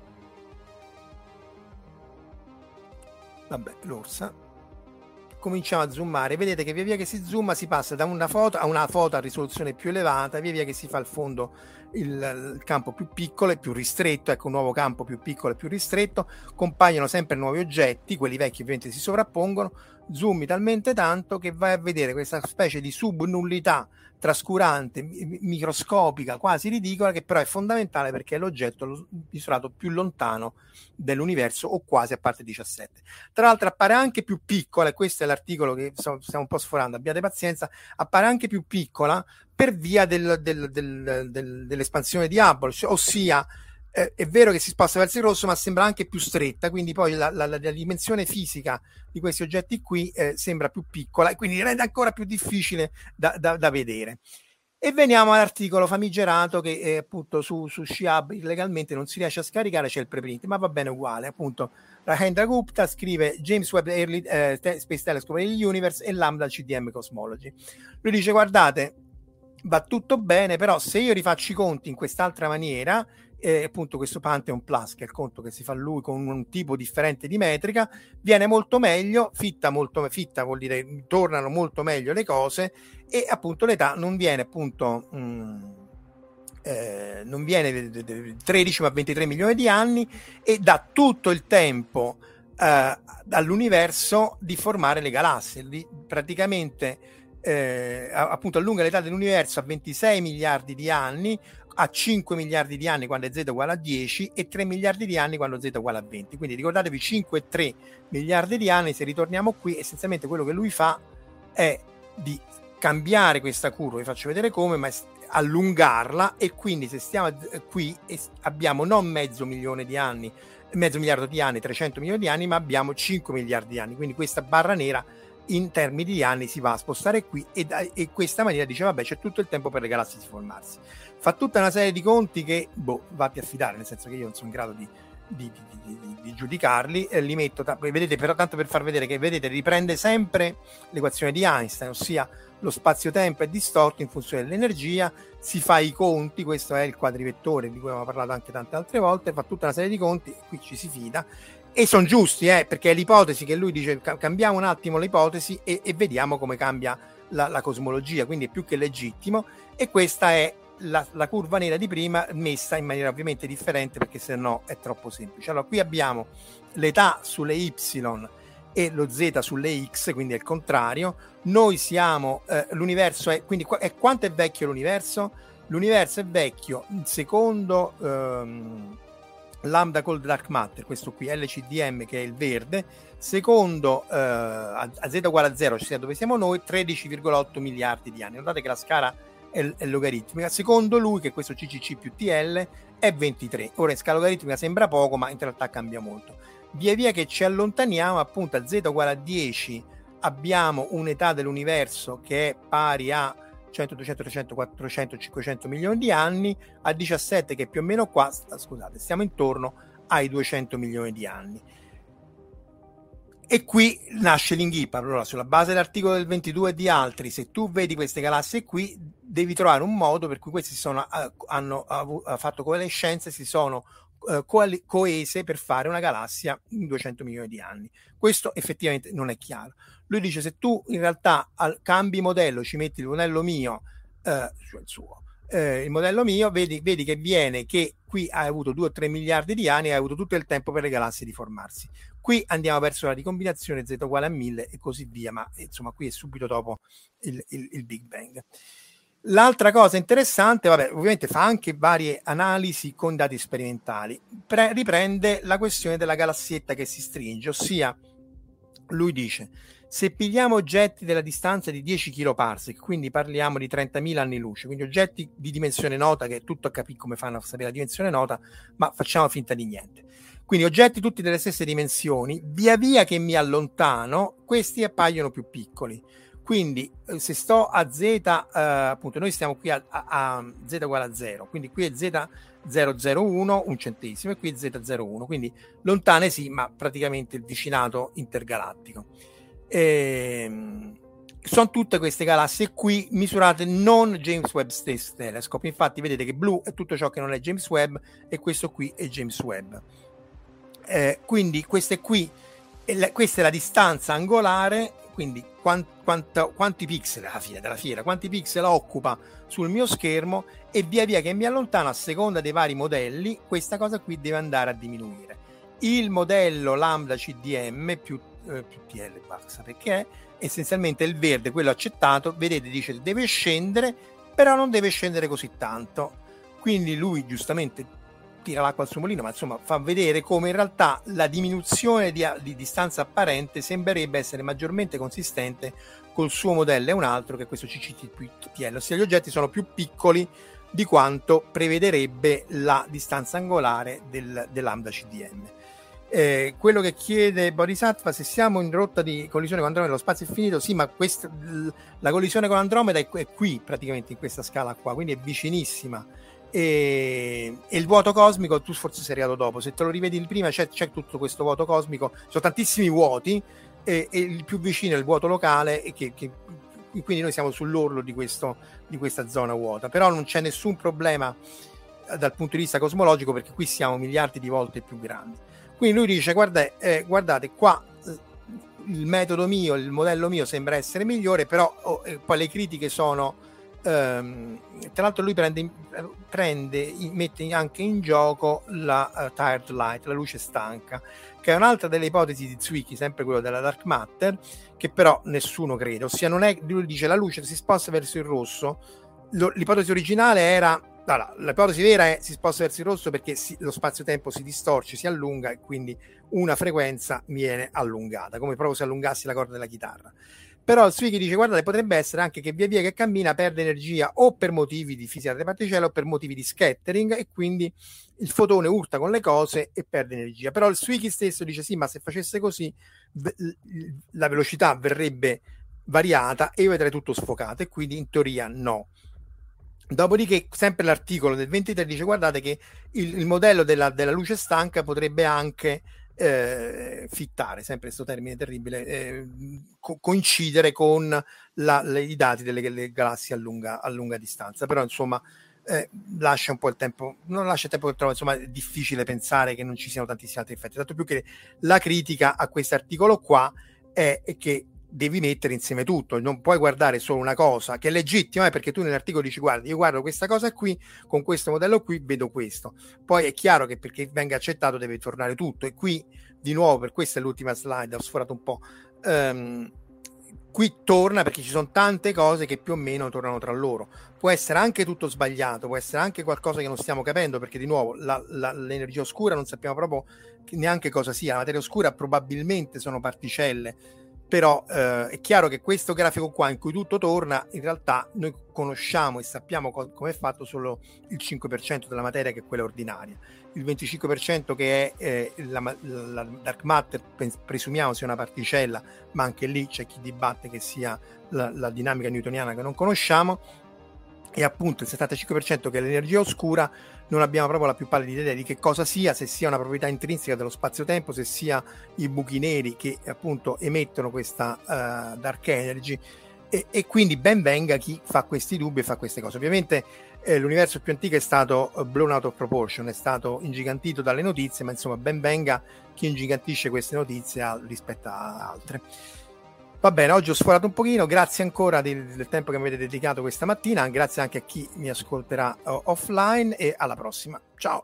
vabbè, l'Orsa. Cominciamo a zoomare, vedete che via via che si zooma si passa da una foto a una foto a risoluzione più elevata, via via che si fa il fondo il, il campo più piccolo e più ristretto, ecco un nuovo campo più piccolo e più ristretto, compaiono sempre nuovi oggetti, quelli vecchi ovviamente si sovrappongono, zoomi talmente tanto che vai a vedere questa specie di subnullità trascurante, microscopica, quasi ridicola, che però è fondamentale perché è l'oggetto misurato più lontano dell'universo, o quasi, a parte diciassette. Tra l'altro appare anche più piccola, e questo è l'articolo che stiamo un po' sforando, abbiate pazienza, appare anche più piccola per via del, del, del, del, dell'espansione di Hubble, cioè, ossia eh, è vero che si sposta verso il rosso, ma sembra anche più stretta, quindi poi la, la, la dimensione fisica di questi oggetti qui eh, sembra più piccola, e quindi rende ancora più difficile da, da, da vedere. E veniamo all'articolo famigerato che eh, appunto su, su Shihab illegalmente non si riesce a scaricare, c'è il preprint, ma va bene uguale. Appunto Rahendra Gupta scrive James Webb Early eh, Space Telescope in Universe e Lambda C D M Cosmology. Lui dice: guardate, va tutto bene, però se io rifaccio i conti in quest'altra maniera, eh, appunto questo Pantheon Plus, che è il conto che si fa lui con un tipo differente di metrica, viene molto meglio, fitta molto fitta vuol dire tornano molto meglio le cose, e appunto l'età non viene appunto mh, eh, non viene tredici ma ventitré milioni di anni, e dà tutto il tempo eh, all'universo di formare le galassie, di, praticamente eh, appunto allunga l'età dell'universo a ventisei miliardi di anni, a cinque miliardi di anni quando è z uguale a dieci, e tre miliardi di anni quando z uguale a venti. Quindi ricordatevi cinque e tre miliardi di anni. Se ritorniamo qui, essenzialmente quello che lui fa è di cambiare questa curva, vi faccio vedere come, ma allungarla, e quindi se stiamo qui abbiamo non mezzo milione di anni, mezzo miliardo di anni, trecento milioni di anni, ma abbiamo cinque miliardi di anni. Quindi questa barra nera in termini di anni si va a spostare qui, e, da, e questa maniera dice vabbè, c'è tutto il tempo per le galassie di formarsi. Fa tutta una serie di conti che boh, vatti a fidare, nel senso che io non sono in grado di, di, di, di, di, di giudicarli, eh, li metto, t- vedete, però tanto per far vedere che vedete riprende sempre l'equazione di Einstein, ossia lo spazio-tempo è distorto in funzione dell'energia, si fa i conti, questo è il quadrivettore di cui abbiamo parlato anche tante altre volte, fa tutta una serie di conti, qui ci si fida, e sono giusti, eh, perché è l'ipotesi che lui dice, cambiamo un attimo l'ipotesi e, e vediamo come cambia la, la cosmologia, quindi è più che legittimo. E questa è la, la curva nera di prima, messa in maniera ovviamente differente, perché se no è troppo semplice. Allora qui abbiamo l'età sulle y e lo z sulle x, quindi è il contrario. Noi siamo eh, l'universo è quindi è quanto è vecchio l'universo? L'universo è vecchio secondo ehm, Lambda Cold Dark Matter, questo qui L C D M, che è il verde, secondo eh, a, a z uguale a zero, cioè dove siamo noi, tredici virgola otto miliardi di anni. Notate che la scala è, è logaritmica. Secondo lui, che questo C C C più T L, è ventitré. Ora in scala logaritmica sembra poco, ma in realtà cambia molto. Via via che ci allontaniamo, appunto a z uguale a dieci abbiamo un'età dell'universo che è pari a cento, duecento, trecento, quattrocento, cinquecento milioni di anni, a diciassette che è più o meno qua, scusate, stiamo intorno ai duecento milioni di anni. E qui nasce l'inghippa. Allora, sulla base dell'articolo del ventidue e di altri, se tu vedi queste galassie qui, devi trovare un modo per cui questi sono, uh, hanno uh, fatto coalescenze, si sono uh, co- coese per fare una galassia in duecento milioni di anni. Questo effettivamente non è chiaro. Lui dice, se tu in realtà al, cambi modello, ci metti il modello mio, uh, cioè il suo, Eh, il modello mio, vedi, vedi che viene che qui hai avuto due o tre miliardi di anni e hai avuto tutto il tempo per le galassie di formarsi. Qui andiamo verso la ricombinazione z uguale a mille e così via, ma insomma qui è subito dopo il, il, il Big Bang. L'altra cosa interessante, vabbè, ovviamente fa anche varie analisi con dati sperimentali, Pre- riprende la questione della galassietta che si stringe, ossia lui dice: se pigliamo oggetti della distanza di dieci kiloparsec, quindi parliamo di trentamila anni luce, quindi oggetti di dimensione nota, che è tutto a capire come fanno a sapere la dimensione nota, ma facciamo finta di niente. Quindi oggetti tutti delle stesse dimensioni, via via che mi allontano, questi appaiono più piccoli. Quindi eh, se sto a z, eh, appunto noi stiamo qui a, a, a z uguale a zero, quindi qui è z zero zero uno, un centesimo, e qui è z zero uno, quindi lontane sì, ma praticamente il vicinato intergalattico. Ehm, sono tutte queste galassie qui misurate non James Webb Space Telescope. Infatti vedete che blu è tutto ciò che non è James Webb e questo qui è James Webb. Eh, quindi queste qui, questa è la distanza angolare, quindi quant, quant, quanti pixel alla fine della fiera, quanti pixel occupa sul mio schermo, e via via che mi allontano a seconda dei vari modelli questa cosa qui deve andare a diminuire. Il modello lambda C D M più più T L basta, perché è essenzialmente il verde, quello accettato, vedete, dice deve scendere, però non deve scendere così tanto. Quindi lui giustamente tira l'acqua al suo mulino, ma insomma fa vedere come in realtà la diminuzione di, di distanza apparente sembrerebbe essere maggiormente consistente col suo modello e un altro, che è questo C C T più T L, ossia gli oggetti sono più piccoli di quanto prevederebbe la distanza angolare del, del lambda C D M. Eh, quello che chiede Bodhisattva: se siamo in rotta di collisione con Andromeda, lo spazio è finito. Sì, ma questa, la collisione con Andromeda è, è qui praticamente in questa scala qua, quindi è vicinissima, e, e il vuoto cosmico tu forse sei arrivato dopo, se te lo rivedi il prima c'è, c'è tutto questo vuoto cosmico, ci sono tantissimi vuoti, e, e il più vicino è il vuoto locale, e che, che quindi noi siamo sull'orlo di, questo, di questa zona vuota, però non c'è nessun problema dal punto di vista cosmologico, perché qui siamo miliardi di volte più grandi. Quindi lui dice: guarda, eh, guardate qua, eh, il metodo mio, il modello mio sembra essere migliore, però oh, eh, poi le critiche sono ehm, tra l'altro lui prende, prende mette anche in gioco la uh, tired light, la luce stanca, che è un'altra delle ipotesi di Zwicky, sempre quello della dark matter, che però nessuno crede, ossia non è, lui dice la luce si sposta verso il rosso. Lo, l'ipotesi originale era, allora, l'ipotesi vera è si sposta verso il rosso perché si, lo spazio-tempo si distorce, si allunga, e quindi una frequenza viene allungata, come proprio se allungassi la corda della chitarra. Però il Zwicky dice: guardate, potrebbe essere anche che via via che cammina perde energia, o per motivi di fisica delle particelle o per motivi di scattering, e quindi il fotone urta con le cose e perde energia. Però il Zwicky stesso dice: sì, ma se facesse così la velocità verrebbe variata e io vedrei tutto sfocato, e quindi in teoria no. Dopodiché sempre l'articolo del ventitré dice: guardate che il, il modello della, della luce stanca potrebbe anche eh, fittare, sempre questo termine terribile, eh, co- coincidere con la, le, i dati delle, delle galassie a lunga, a lunga distanza. Però insomma eh, lascia un po' il tempo, non lascia il tempo che trovo, insomma è difficile pensare che non ci siano tantissimi altri effetti, tanto più che la critica a questo articolo qua è, è che devi mettere insieme tutto, non puoi guardare solo una cosa che è legittima, eh, perché tu nell'articolo dici: guarda, io guardo questa cosa qui, con questo modello qui vedo questo. Poi è chiaro che perché venga accettato deve tornare tutto, e qui di nuovo, per questa è l'ultima slide, ho sforato un po', um, qui torna perché ci sono tante cose che più o meno tornano tra loro. Può essere anche tutto sbagliato, può essere anche qualcosa che non stiamo capendo, perché di nuovo la, la, l'energia oscura non sappiamo proprio neanche cosa sia. La materia oscura probabilmente sono particelle, però eh, è chiaro che questo grafico qua in cui tutto torna, in realtà noi conosciamo e sappiamo co- come è fatto solo il cinque per cento della materia, che è quella ordinaria. Il venticinque per cento che è eh, la, la dark matter presumiamo sia una particella, ma anche lì c'è chi dibatte che sia la, la dinamica newtoniana che non conosciamo, e appunto il settantacinque per cento che è l'energia oscura non abbiamo proprio la più pallida idea di che cosa sia, se sia una proprietà intrinseca dello spazio-tempo, se sia i buchi neri che appunto emettono questa uh, dark energy, e, e quindi ben venga chi fa questi dubbi e fa queste cose. Ovviamente eh, l'universo più antico è stato blown out of proportion, è stato ingigantito dalle notizie, ma insomma ben venga chi ingigantisce queste notizie a, rispetto a altre. Va bene, oggi ho sforato un pochino, grazie ancora del, del tempo che mi avete dedicato questa mattina, grazie anche a chi mi ascolterà uh, offline, e alla prossima. Ciao!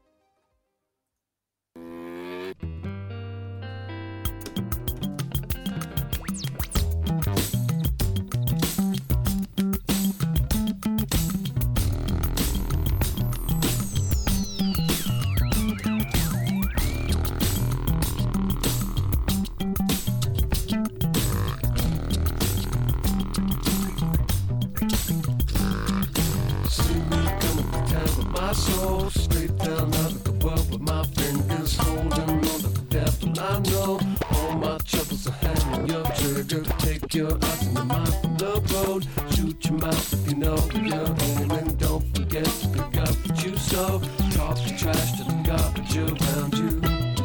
Soul straight down out of the world with my fingers holding on to the devil. I know all my troubles are hanging your trigger. Take your eyes and your mind from the road. Shoot your mouth if you know where you're aiming. Don't forget to pick up what you sow. Talk the trash to the garbage around you.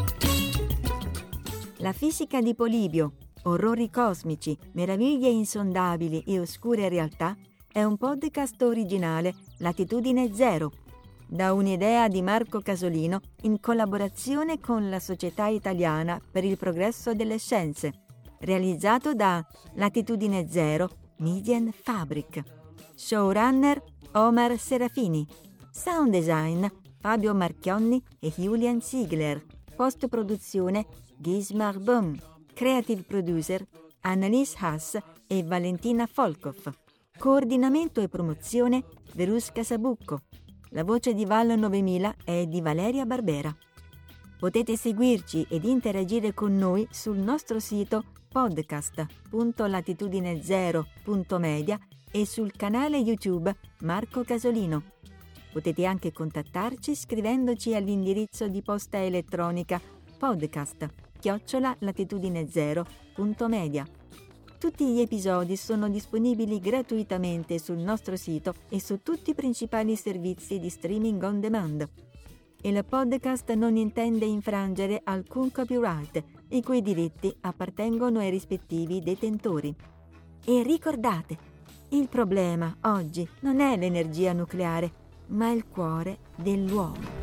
La fisica di Polibio, orrori cosmici, meraviglie insondabili e oscure realtà è un podcast originale Latitudine Zero, da un'idea di Marco Casolino in collaborazione con la Società Italiana per il Progresso delle Scienze, realizzato da Latitudine Zero Media Fabric. Showrunner Omar Serafini. Sound design Fabio Marchionni e Julian Ziegler. Post-produzione Gismar Böhm. Creative producer Annalise Haas e Valentina Folkov. Coordinamento e promozione Verusca Sabucco. La voce di Val novemila è di Valeria Barbera. Potete seguirci ed interagire con noi sul nostro sito podcast punto latitudine zero punto media e sul canale YouTube Marco Casolino. Potete anche contattarci scrivendoci all'indirizzo di posta elettronica podcast chiocciola latitudine zero punto media. Tutti gli episodi sono disponibili gratuitamente sul nostro sito e su tutti i principali servizi di streaming on demand. Il podcast non intende infrangere alcun copyright, i cui diritti appartengono ai rispettivi detentori. E ricordate, il problema oggi non è l'energia nucleare, ma il cuore dell'uomo.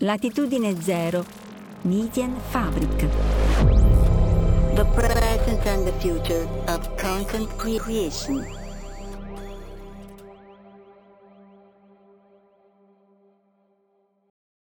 Latitudine Zero, Medienfabrik. The present and the future of content creation.